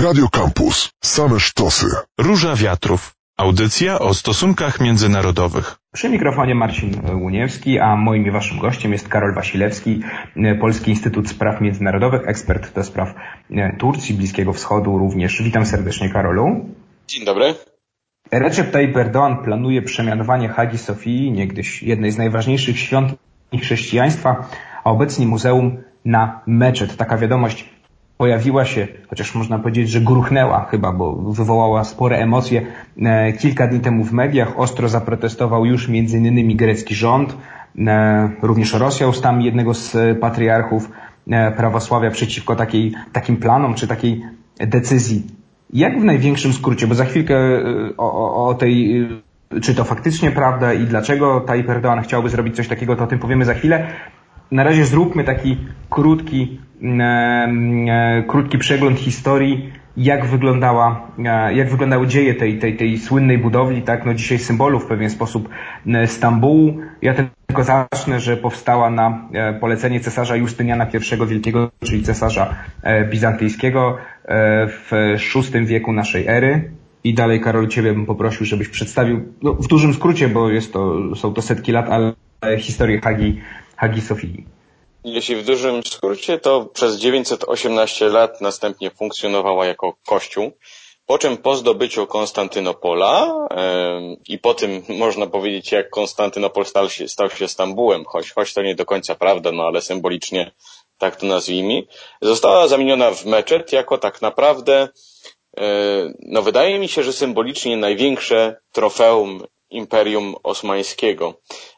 Radio Campus. Same sztosy. Róża Wiatrów. Audycja o stosunkach międzynarodowych. Przy mikrofonie Marcin Łuniewski, a moim i waszym gościem jest Karol Wasilewski, Polski Instytut Spraw Międzynarodowych, ekspert do spraw Turcji, Bliskiego Wschodu również. Witam serdecznie, Karolu. Dzień dobry. Recep Tayyip Erdoğan planuje przemianowanie Hagi Sofii, niegdyś jednej z najważniejszych świątyń chrześcijaństwa, a obecnie muzeum, na meczet. Taka wiadomość pojawiła się, chociaż można powiedzieć, że gruchnęła chyba, bo wywołała spore emocje kilka dni temu w mediach. Ostro zaprotestował już m.in. grecki rząd, również Rosja ustami jednego z patriarchów prawosławia przeciwko takim planom czy takiej decyzji. Jak w największym skrócie, bo za chwilkę o tej, czy to faktycznie prawda i dlaczego Tayyip Erdoğan chciałby zrobić coś takiego, to o tym powiemy za chwilę. Na razie zróbmy taki krótki przegląd historii, jak wyglądały dzieje tej słynnej budowli, tak, no dzisiaj symbolu w pewien sposób Stambułu. Ja tylko zacznę, że powstała na polecenie cesarza Justyniana I Wielkiego, czyli cesarza bizantyjskiego w VI wieku naszej ery. I dalej, Karol, ciebie bym poprosił, żebyś przedstawił, no, w dużym skrócie, bo są to setki lat, ale historię Hagi Sofii. Jeśli w dużym skrócie, to przez 918 lat następnie funkcjonowała jako kościół, po czym po zdobyciu Konstantynopola i po tym, można powiedzieć, jak Konstantynopol stał się Stambułem, choć to nie do końca prawda, no ale symbolicznie tak to nazwijmy, została zamieniona w meczet jako tak naprawdę, no wydaje mi się, że symbolicznie największe trofeum Imperium Osmańskiego.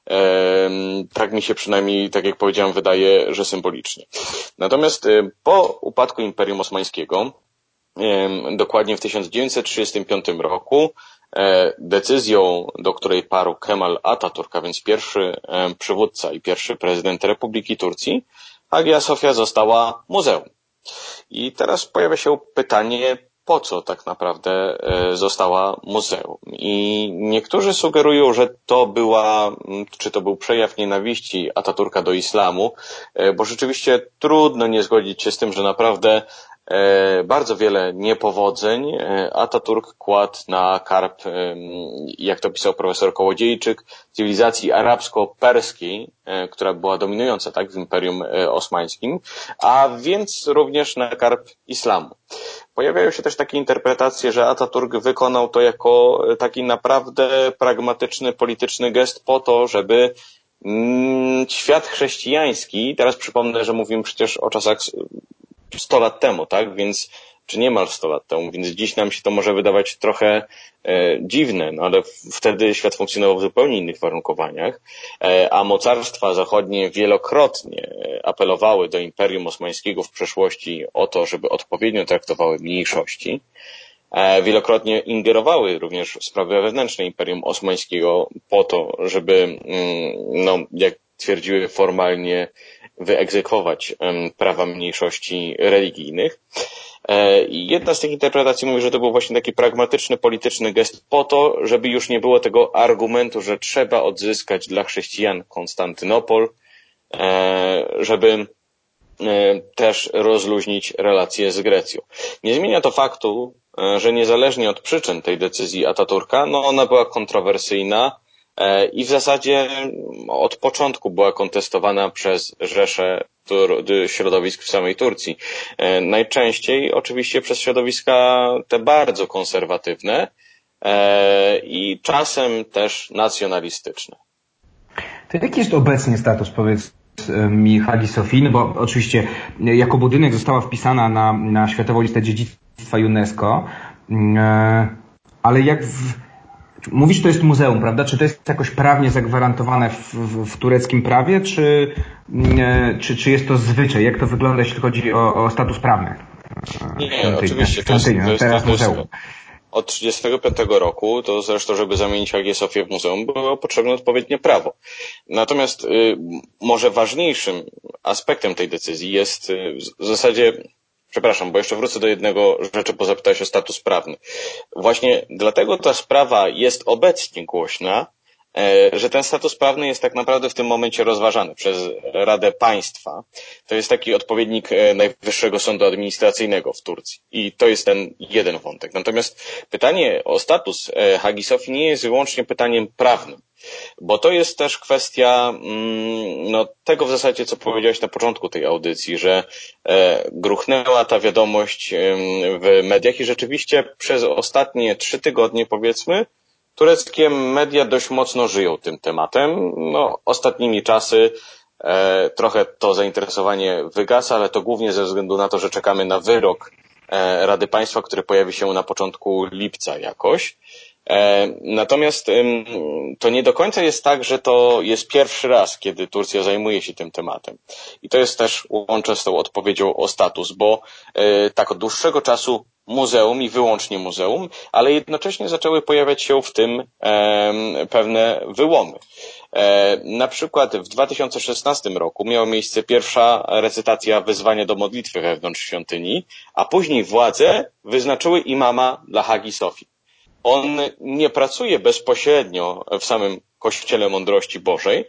Tak mi się przynajmniej, tak jak powiedziałem, wydaje, że symbolicznie. Natomiast po upadku Imperium Osmańskiego, dokładnie w 1935 roku, decyzją, do której parł Kemal Atatürk, a więc pierwszy przywódca i pierwszy prezydent Republiki Turcji, Hagia Sofia została muzeum. I teraz pojawia się pytanie, po co tak naprawdę została muzeum. I niektórzy sugerują, że to był przejaw nienawiści Ataturka do islamu, bo rzeczywiście trudno nie zgodzić się z tym, że naprawdę bardzo wiele niepowodzeń Ataturk kładł na karb, jak to pisał profesor Kołodziejczyk, cywilizacji arabsko-perskiej, która była dominująca tak w Imperium Osmańskim, a więc również na karb islamu. Pojawiają się też takie interpretacje, że Ataturk wykonał to jako taki naprawdę pragmatyczny, polityczny gest po to, żeby świat chrześcijański, teraz przypomnę, że mówimy przecież o czasach 100 lat temu, tak? Więc, czy niemal 100 lat temu, więc dziś nam się to może wydawać trochę dziwne, no ale wtedy świat funkcjonował w zupełnie innych warunkowaniach, a mocarstwa zachodnie wielokrotnie apelowały do Imperium Osmańskiego w przeszłości o to, żeby odpowiednio traktowały mniejszości. Wielokrotnie ingerowały również w sprawy wewnętrzne Imperium Osmańskiego po to, żeby, no, jak twierdziły, formalnie wyegzekwować prawa mniejszości religijnych. I jedna z tych interpretacji mówi, że to był właśnie taki pragmatyczny, polityczny gest po to, żeby już nie było tego argumentu, że trzeba odzyskać dla chrześcijan Konstantynopol, żeby też rozluźnić relacje z Grecją. Nie zmienia to faktu, że niezależnie od przyczyn tej decyzji Ataturka, no ona była kontrowersyjna i w zasadzie od początku była kontestowana przez rzesze środowisk w samej Turcji. Najczęściej oczywiście przez środowiska te bardzo konserwatywne i czasem też nacjonalistyczne. To jaki jest obecnie status, powiedz mi, Hagi Sofii? No bo oczywiście jako budynek została wpisana na Światową Listę Dziedzictwa UNESCO, ale mówisz, to jest muzeum, prawda? Czy to jest jakoś prawnie zagwarantowane w tureckim prawie, czy jest to zwyczaj? Jak to wygląda, jeśli chodzi o status prawny? Nie, oczywiście. To jest muzeum. Od 1935 roku, to zresztą, żeby zamienić Hagię Sofię w muzeum, było potrzebne odpowiednie prawo. Natomiast może ważniejszym aspektem tej decyzji jest w zasadzie, przepraszam, bo jeszcze wrócę do jednego rzeczy, bo zapytałeś o status prawny. Właśnie dlatego ta sprawa jest obecnie głośna, że ten status prawny jest tak naprawdę w tym momencie rozważany przez Radę Państwa. To jest taki odpowiednik Najwyższego Sądu Administracyjnego w Turcji. I to jest ten jeden wątek. Natomiast pytanie o status Hagi Sofii nie jest wyłącznie pytaniem prawnym, bo to jest też kwestia tego w zasadzie, co powiedziałeś na początku tej audycji, że gruchnęła ta wiadomość w mediach i rzeczywiście przez ostatnie 3 tygodnie, powiedzmy, tureckie media dość mocno żyją tym tematem. Ostatnimi czasy trochę to zainteresowanie wygasa, ale to głównie ze względu na to, że czekamy na wyrok Rady Państwa, który pojawi się na początku lipca jakoś. Natomiast to nie do końca jest tak, że to jest pierwszy raz, kiedy Turcja zajmuje się tym tematem. I to jest też łączę z tą odpowiedzią o status, bo tak od dłuższego czasu muzeum i wyłącznie muzeum, ale jednocześnie zaczęły pojawiać się w tym pewne wyłomy. Na przykład w 2016 roku miała miejsce pierwsza recytacja wezwania do modlitwy wewnątrz świątyni, a później władze wyznaczyły imama dla Hagi Sofii. On nie pracuje bezpośrednio w samym Kościele Mądrości Bożej,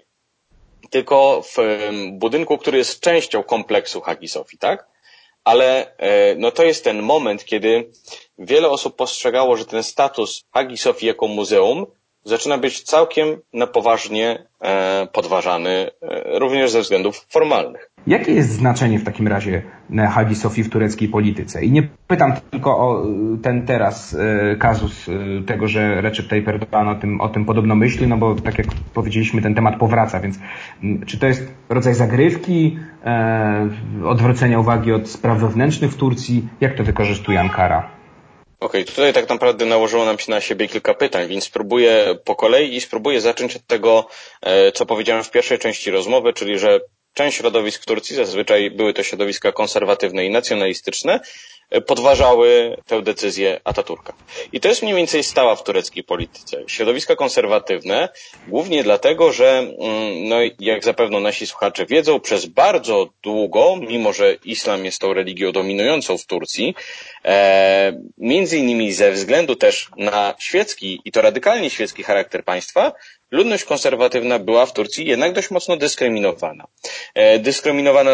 tylko w budynku, który jest częścią kompleksu Hagi Sofii, tak? Ale to jest ten moment, kiedy wiele osób postrzegało, że ten status Hagi Sofii jako muzeum zaczyna być całkiem na poważnie podważany, również ze względów formalnych. Jakie jest znaczenie w takim razie Hagi Sofii w tureckiej polityce? I nie pytam tylko o ten teraz kazus tego, że Recep Tayyip Erdoğan o tym podobno myśli, bo tak jak powiedzieliśmy, ten temat powraca, więc czy to jest rodzaj zagrywki, odwrócenia uwagi od spraw wewnętrznych w Turcji? Jak to wykorzystuje Ankara? Okej, tutaj tak naprawdę nałożyło nam się na siebie kilka pytań, więc spróbuję po kolei i spróbuję zacząć od tego, co powiedziałem w pierwszej części rozmowy, czyli że część środowisk w Turcji, zazwyczaj były to środowiska konserwatywne i nacjonalistyczne, podważały tę decyzję Ataturka. I to jest mniej więcej stała w tureckiej polityce. Środowiska konserwatywne, głównie dlatego, że, jak zapewne nasi słuchacze wiedzą, przez bardzo długo, mimo że islam jest tą religią dominującą w Turcji, między innymi ze względu też na świecki, i to radykalnie świecki charakter państwa, ludność konserwatywna była w Turcji jednak dość mocno dyskryminowana. Dyskryminowana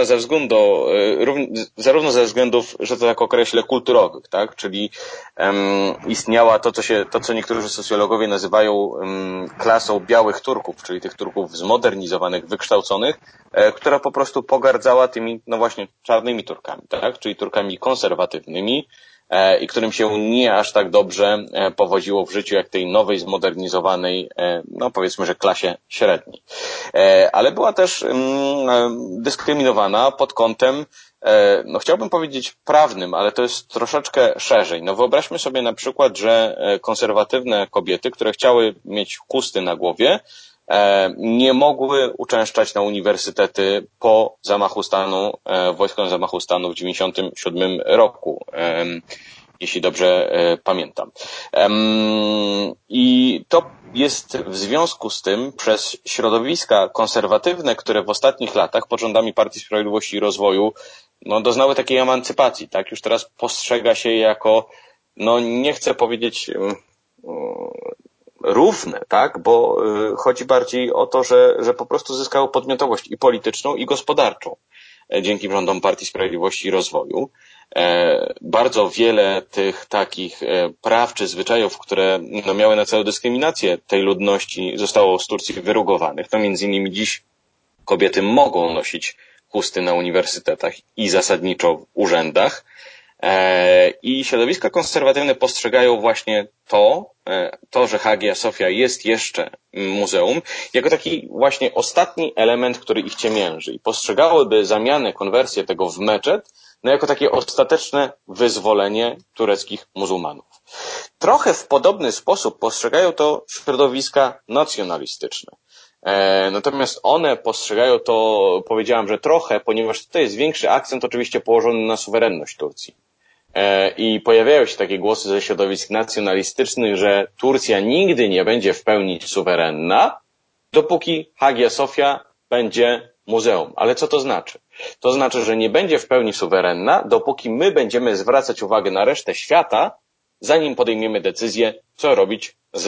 zarówno ze względów, że to tak określę, kulturowych, tak? Czyli istniała to, co niektórzy socjologowie nazywają klasą białych Turków, czyli tych Turków zmodernizowanych, wykształconych, która po prostu pogardzała tymi, właśnie, czarnymi Turkami, tak? Czyli Turkami konserwatywnymi, i którym się nie aż tak dobrze powodziło w życiu jak tej nowej, zmodernizowanej, powiedzmy, że klasie średniej. Ale była też dyskryminowana pod kątem, chciałbym powiedzieć prawnym, ale to jest troszeczkę szerzej. Wyobraźmy sobie na przykład, że konserwatywne kobiety, które chciały mieć chusty na głowie, nie mogły uczęszczać na uniwersytety po zamachu stanu, wojskowym zamachu stanu w 1997 roku, jeśli dobrze pamiętam. I to jest w związku z tym przez środowiska konserwatywne, które w ostatnich latach pod rządami Partii Sprawiedliwości i Rozwoju doznały takiej emancypacji, tak? Już teraz postrzega się jako, nie chcę powiedzieć równe, tak? Bo chodzi bardziej o to, że po prostu zyskały podmiotowość i polityczną, i gospodarczą dzięki rządom Partii Sprawiedliwości i Rozwoju. Bardzo wiele tych takich praw czy zwyczajów, które miały na celu dyskryminację tej ludności, zostało z Turcji wyrugowanych. Między innymi dziś kobiety mogą nosić chusty na uniwersytetach i zasadniczo w urzędach. I środowiska konserwatywne postrzegają właśnie to, że Hagia Sofia jest jeszcze muzeum, jako taki właśnie ostatni element, który ich ciemięży. I postrzegałyby zamianę, konwersję tego w meczet, jako takie ostateczne wyzwolenie tureckich muzułmanów. Trochę w podobny sposób postrzegają to środowiska nacjonalistyczne. Natomiast one postrzegają to, powiedziałem, że trochę, ponieważ tutaj jest większy akcent oczywiście położony na suwerenność Turcji. I pojawiają się takie głosy ze środowisk nacjonalistycznych, że Turcja nigdy nie będzie w pełni suwerenna, dopóki Hagia Sofia będzie muzeum. Ale co to znaczy? To znaczy, że nie będzie w pełni suwerenna, dopóki my będziemy zwracać uwagę na resztę świata, zanim podejmiemy decyzję, co robić z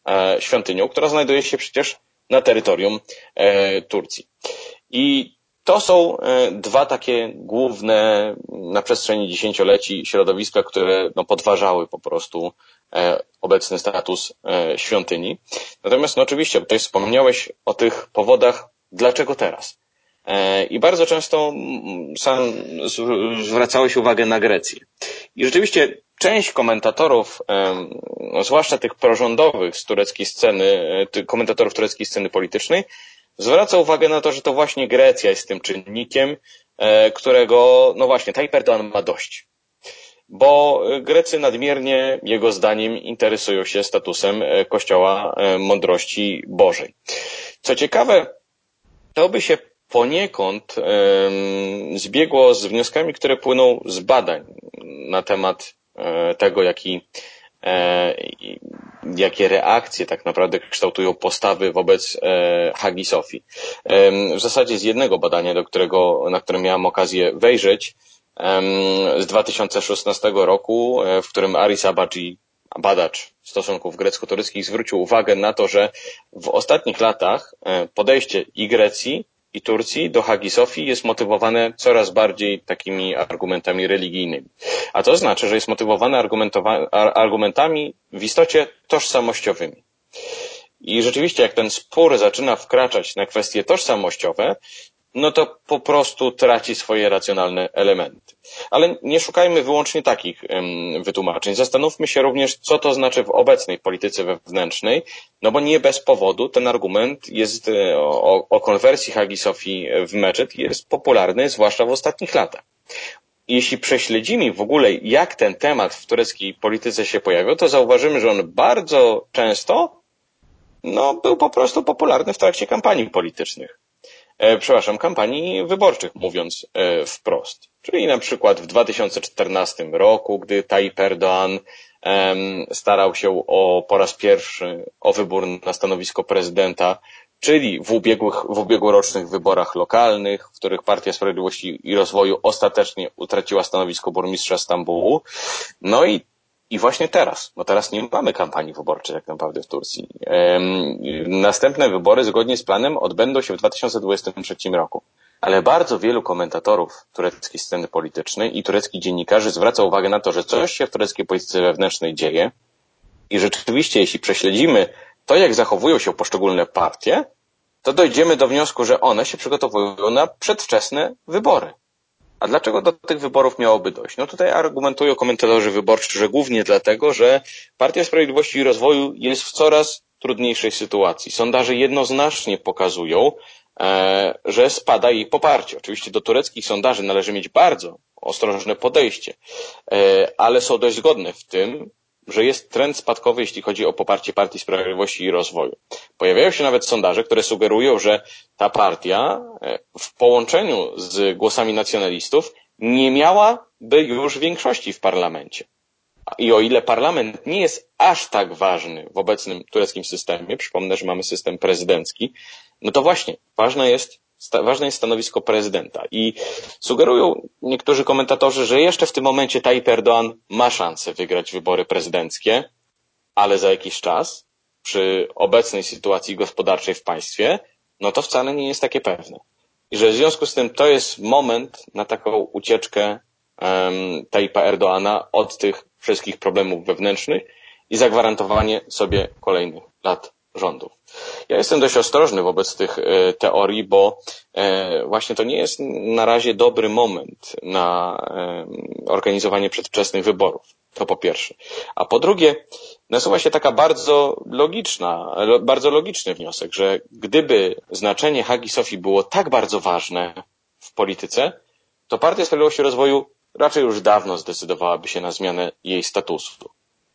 świątynią, która znajduje się przecież na terytorium Turcji. I to są dwa takie główne na przestrzeni dziesięcioleci środowiska, które podważały po prostu obecny status świątyni. Natomiast oczywiście, tutaj wspomniałeś o tych powodach, dlaczego teraz. I bardzo często sam zwracałeś uwagę na Grecję. I rzeczywiście część komentatorów, zwłaszcza tych prorządowych z tureckiej sceny, komentatorów tureckiej sceny politycznej, zwraca uwagę na to, że to właśnie Grecja jest tym czynnikiem, którego, właśnie, Tayyip Erdoğan ma dość. Bo Grecy nadmiernie, jego zdaniem, interesują się statusem Kościoła Mądrości Bożej. Co ciekawe, to by się poniekąd zbiegło z wnioskami, które płyną z badań na temat tego, jakie reakcje tak naprawdę kształtują postawy wobec Hagi Sofii. W zasadzie z jednego badania, na które miałem okazję wejrzeć, z 2016 roku, w którym Aris Abadzi, badacz stosunków grecko-tureckich, zwrócił uwagę na to, że w ostatnich latach podejście i Grecji, i Turcji do Hagi Sofii jest motywowane coraz bardziej takimi argumentami religijnymi. A to znaczy, że jest motywowane argumentami w istocie tożsamościowymi. I rzeczywiście, jak ten spór zaczyna wkraczać na kwestie tożsamościowe, to po prostu traci swoje racjonalne elementy. Ale nie szukajmy wyłącznie takich wytłumaczeń. Zastanówmy się również, co to znaczy w obecnej polityce wewnętrznej, bo nie bez powodu ten argument jest o konwersji Hagi Sofii w meczet jest popularny, zwłaszcza w ostatnich latach. Jeśli prześledzimy w ogóle, jak ten temat w tureckiej polityce się pojawiał, to zauważymy, że on bardzo często był po prostu popularny w trakcie kampanii politycznych. Kampanii wyborczych, mówiąc wprost. Czyli na przykład w 2014 roku, gdy Tayyip Erdoğan starał się po raz pierwszy o wybór na stanowisko prezydenta, czyli w ubiegłorocznych wyborach lokalnych, w których Partia Sprawiedliwości i Rozwoju ostatecznie utraciła stanowisko burmistrza Stambułu. I właśnie teraz, teraz nie mamy kampanii wyborczej tak naprawdę w Turcji. Następne wybory zgodnie z planem odbędą się w 2023 roku. Ale bardzo wielu komentatorów tureckiej sceny politycznej i tureckich dziennikarzy zwraca uwagę na to, że coś się w tureckiej polityce wewnętrznej dzieje i rzeczywiście, jeśli prześledzimy to, jak zachowują się poszczególne partie, to dojdziemy do wniosku, że one się przygotowują na przedwczesne wybory. A dlaczego do tych wyborów miałoby dojść? Tutaj argumentują komentatorzy wyborczy, że głównie dlatego, że Partia Sprawiedliwości i Rozwoju jest w coraz trudniejszej sytuacji. Sondaże jednoznacznie pokazują, że spada jej poparcie. Oczywiście do tureckich sondaży należy mieć bardzo ostrożne podejście, ale są dość zgodne w tym, że jest trend spadkowy, jeśli chodzi o poparcie Partii Sprawiedliwości i Rozwoju. Pojawiają się nawet sondaże, które sugerują, że ta partia w połączeniu z głosami nacjonalistów nie miałaby już większości w parlamencie. I o ile parlament nie jest aż tak ważny w obecnym tureckim systemie, przypomnę, że mamy system prezydencki, to właśnie ważne jest stanowisko prezydenta. I sugerują niektórzy komentatorzy, że jeszcze w tym momencie Tayyip Erdoğan ma szansę wygrać wybory prezydenckie, ale za jakiś czas, przy obecnej sytuacji gospodarczej w państwie, to wcale nie jest takie pewne. I że w związku z tym to jest moment na taką ucieczkę Tayyipa Erdoğana od tych wszystkich problemów wewnętrznych i zagwarantowanie sobie kolejnych lat rządów. Ja jestem dość ostrożny wobec tych teorii, bo właśnie to nie jest na razie dobry moment na organizowanie przedwczesnych wyborów. To po pierwsze. A po drugie, nasuwa się taka bardzo logiczny wniosek, że gdyby znaczenie Hagi Sofii było tak bardzo ważne w polityce, to Partia Sprawiedliwości i Rozwoju raczej już dawno zdecydowałaby się na zmianę jej statusu.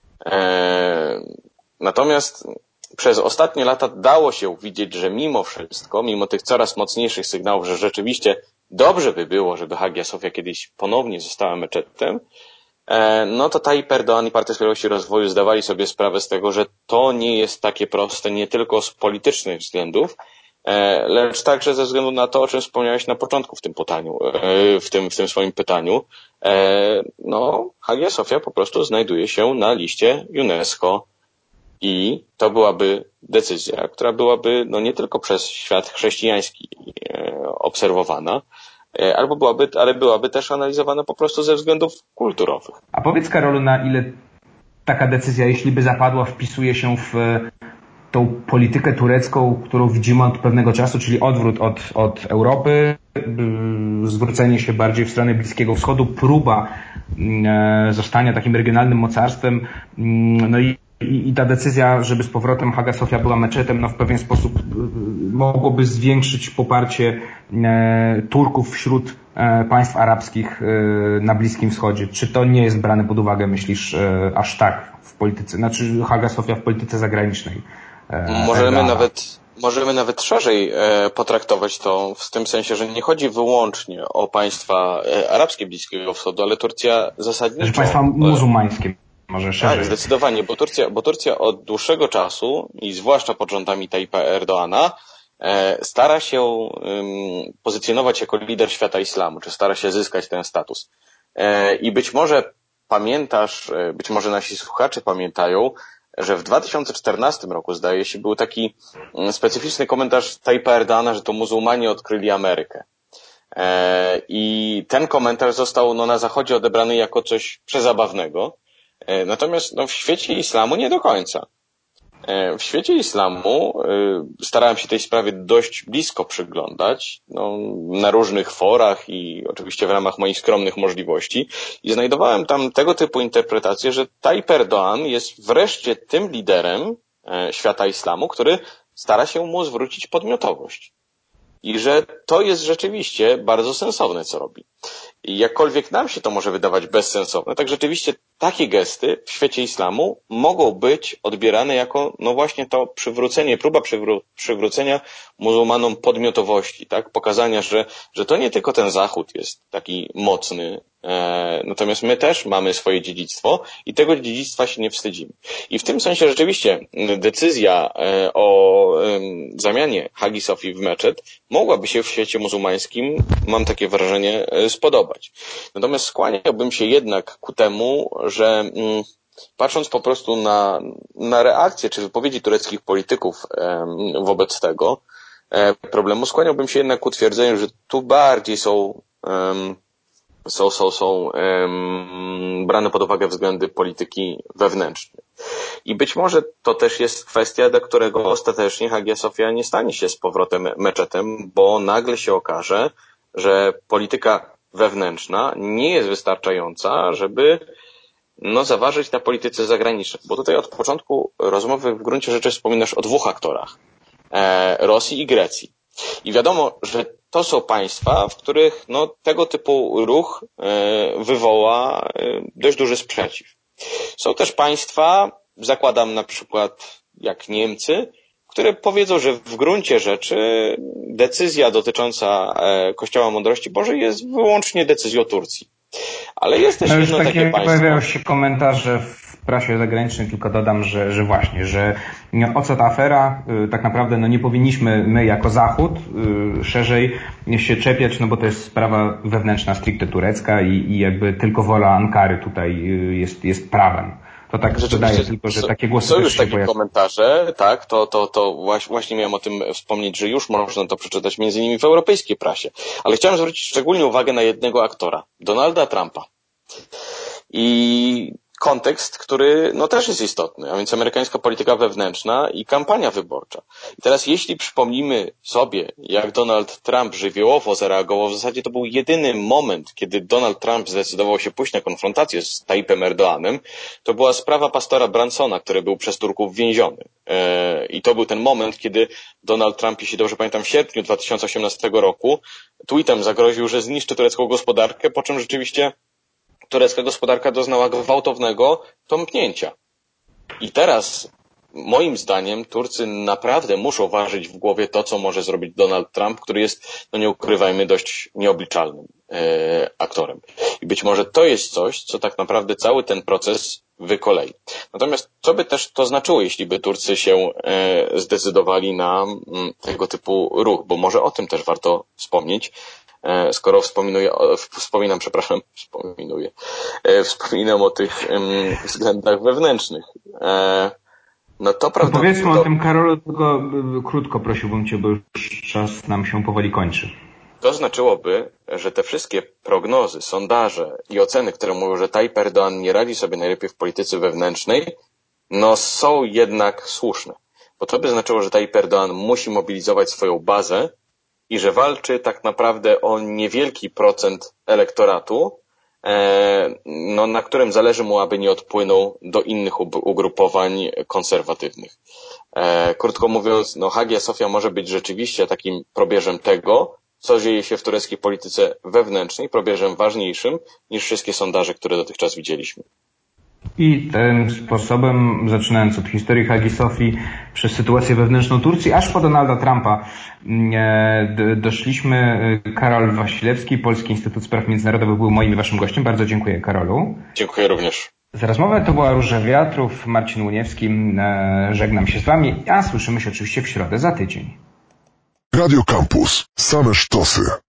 Natomiast przez ostatnie lata dało się widzieć, że mimo wszystko, mimo tych coraz mocniejszych sygnałów, że rzeczywiście dobrze by było, żeby Hagia Sofia kiedyś ponownie została meczetem, to Tayyip Erdoğan i Partia Sprawiedliwości i Rozwoju zdawali sobie sprawę z tego, że to nie jest takie proste nie tylko z politycznych względów, lecz także ze względu na to, o czym wspomniałeś na początku w tym swoim pytaniu. Hagia Sofia po prostu znajduje się na liście UNESCO I to byłaby decyzja, która byłaby nie tylko przez świat chrześcijański obserwowana, ale byłaby też analizowana po prostu ze względów kulturowych. A powiedz, Karolu, na ile taka decyzja, jeśli by zapadła, wpisuje się w tą politykę turecką, którą widzimy od pewnego czasu, czyli odwrót od Europy, zwrócenie się bardziej w stronę Bliskiego Wschodu, próba zostania takim regionalnym mocarstwem, no i ta decyzja, żeby z powrotem Hagia Sofia była meczetem, w pewien sposób mogłoby zwiększyć poparcie Turków wśród państw arabskich na Bliskim Wschodzie. Czy to nie jest brane pod uwagę, myślisz, aż tak w polityce, znaczy Hagia Sofia w polityce zagranicznej? Możemy nawet szerzej potraktować to w tym sensie, że nie chodzi wyłącznie o państwa arabskie Bliskiego Wschodu, ale Turcja zasadniczo... Państwa muzułmańskie. Może szerzej. Tak, zdecydowanie, bo Turcja od dłuższego czasu i zwłaszcza pod rządami Tayyipa Erdoğana stara się pozycjonować jako lider świata islamu, czy stara się zyskać ten status. I być może pamiętasz, być może nasi słuchacze pamiętają, że w 2014 roku, zdaje się, był taki specyficzny komentarz Tayyipa Erdoğana, że to muzułmanie odkryli Amerykę. I ten komentarz został na Zachodzie odebrany jako coś przezabawnego. Natomiast w świecie islamu nie do końca. W świecie islamu starałem się tej sprawie dość blisko przyglądać, na różnych forach i oczywiście w ramach moich skromnych możliwości i znajdowałem tam tego typu interpretacje, że Tayyip Erdoğan jest wreszcie tym liderem świata islamu, który stara się mu zwrócić podmiotowość. I że to jest rzeczywiście bardzo sensowne, co robi. I jakkolwiek nam się to może wydawać bezsensowne, tak rzeczywiście takie gesty w świecie islamu mogą być odbierane jako właśnie to przywrócenie, próba przywrócenia muzułmanom podmiotowości, tak? Pokazania, że to nie tylko ten Zachód jest taki mocny, natomiast my też mamy swoje dziedzictwo i tego dziedzictwa się nie wstydzimy. I w tym sensie rzeczywiście decyzja o zamianie Hagi Sofii w meczet mogłaby się w świecie muzułmańskim, mam takie wrażenie, spodobać. Natomiast skłaniałbym się jednak ku temu, że patrząc po prostu na reakcje czy wypowiedzi tureckich polityków wobec tego problemu, skłaniałbym się jednak ku twierdzeniu, że tu bardziej są brane pod uwagę względy polityki wewnętrznej. I być może to też jest kwestia, dla którego ostatecznie Hagia Sofia nie stanie się z powrotem meczetem, bo nagle się okaże, że polityka wewnętrzna nie jest wystarczająca, żeby zaważyć na polityce zagranicznej. Bo tutaj od początku rozmowy w gruncie rzeczy wspominasz o dwóch aktorach. Rosji i Grecji. I wiadomo, że to są państwa, w których tego typu ruch wywoła dość duży sprzeciw. Są też państwa, zakładam na przykład jak Niemcy, które powiedzą, że w gruncie rzeczy decyzja dotycząca Kościoła Mądrości Bożej jest wyłącznie decyzją Turcji. Ale jest też jedno takie państwo. Pojawiają się komentarze w prasie zagranicznej, tylko dodam, że właśnie, że o co ta afera, tak naprawdę nie powinniśmy my jako Zachód szerzej się czepiać, bo to jest sprawa wewnętrzna, stricte turecka i jakby tylko wola Ankary tutaj jest prawem. To tak dodaję tylko, że takie głosy są już takie komentarze, tak, to właśnie miałem o tym wspomnieć, że już można to przeczytać między innymi w europejskiej prasie. Ale chciałem zwrócić szczególnie uwagę na jednego aktora, Donalda Trumpa. I kontekst, który też jest istotny, a więc amerykańska polityka wewnętrzna i kampania wyborcza. I teraz jeśli przypomnimy sobie, jak Donald Trump żywiołowo zareagował, w zasadzie to był jedyny moment, kiedy Donald Trump zdecydował się pójść na konfrontację z Tayyipem Erdoğanem, to była sprawa pastora Bransona, który był przez Turków więziony. I to był ten moment, kiedy Donald Trump, jeśli dobrze pamiętam, w sierpniu 2018 roku tweetem zagroził, że zniszczy turecką gospodarkę, po czym rzeczywiście turecka gospodarka doznała gwałtownego tąpnięcia. I teraz, moim zdaniem, Turcy naprawdę muszą ważyć w głowie to, co może zrobić Donald Trump, który jest, nie ukrywajmy, dość nieobliczalnym aktorem. I być może to jest coś, co tak naprawdę cały ten proces wykolei. Natomiast co by też to znaczyło, jeśli by Turcy się zdecydowali na tego typu ruch, bo może o tym też warto wspomnieć, skoro wspominam o tych względach wewnętrznych. No to prawda. Powiedzmy o tym, Karolu, tylko krótko prosiłbym Cię, bo już czas nam się powoli kończy. To znaczyłoby, że te wszystkie prognozy, sondaże i oceny, które mówią, że Tayyip Erdoğan nie radzi sobie najlepiej w polityce wewnętrznej, no są jednak słuszne. Bo to by znaczyło, że Tayyip Erdoğan musi mobilizować swoją bazę i że walczy tak naprawdę o niewielki procent elektoratu, no, na którym zależy mu, aby nie odpłynął do innych ugrupowań konserwatywnych. Krótko mówiąc, no, Hagia Sofia może być rzeczywiście takim probierzem tego, co dzieje się w tureckiej polityce wewnętrznej, probierzem ważniejszym niż wszystkie sondaże, które dotychczas widzieliśmy. I tym sposobem, zaczynając od historii Hagii Sofii, przez sytuację wewnętrzną Turcji, aż po Donalda Trumpa, doszliśmy. Karol Wasilewski, Polski Instytut Spraw Międzynarodowych, był moim i waszym gościem. Bardzo dziękuję, Karolu. Dziękuję również. Za rozmowę to była Róża Wiatrów, Marcin Łuniewski. Żegnam się z wami, a słyszymy się oczywiście w środę za tydzień. Radio Campus. Same sztosy.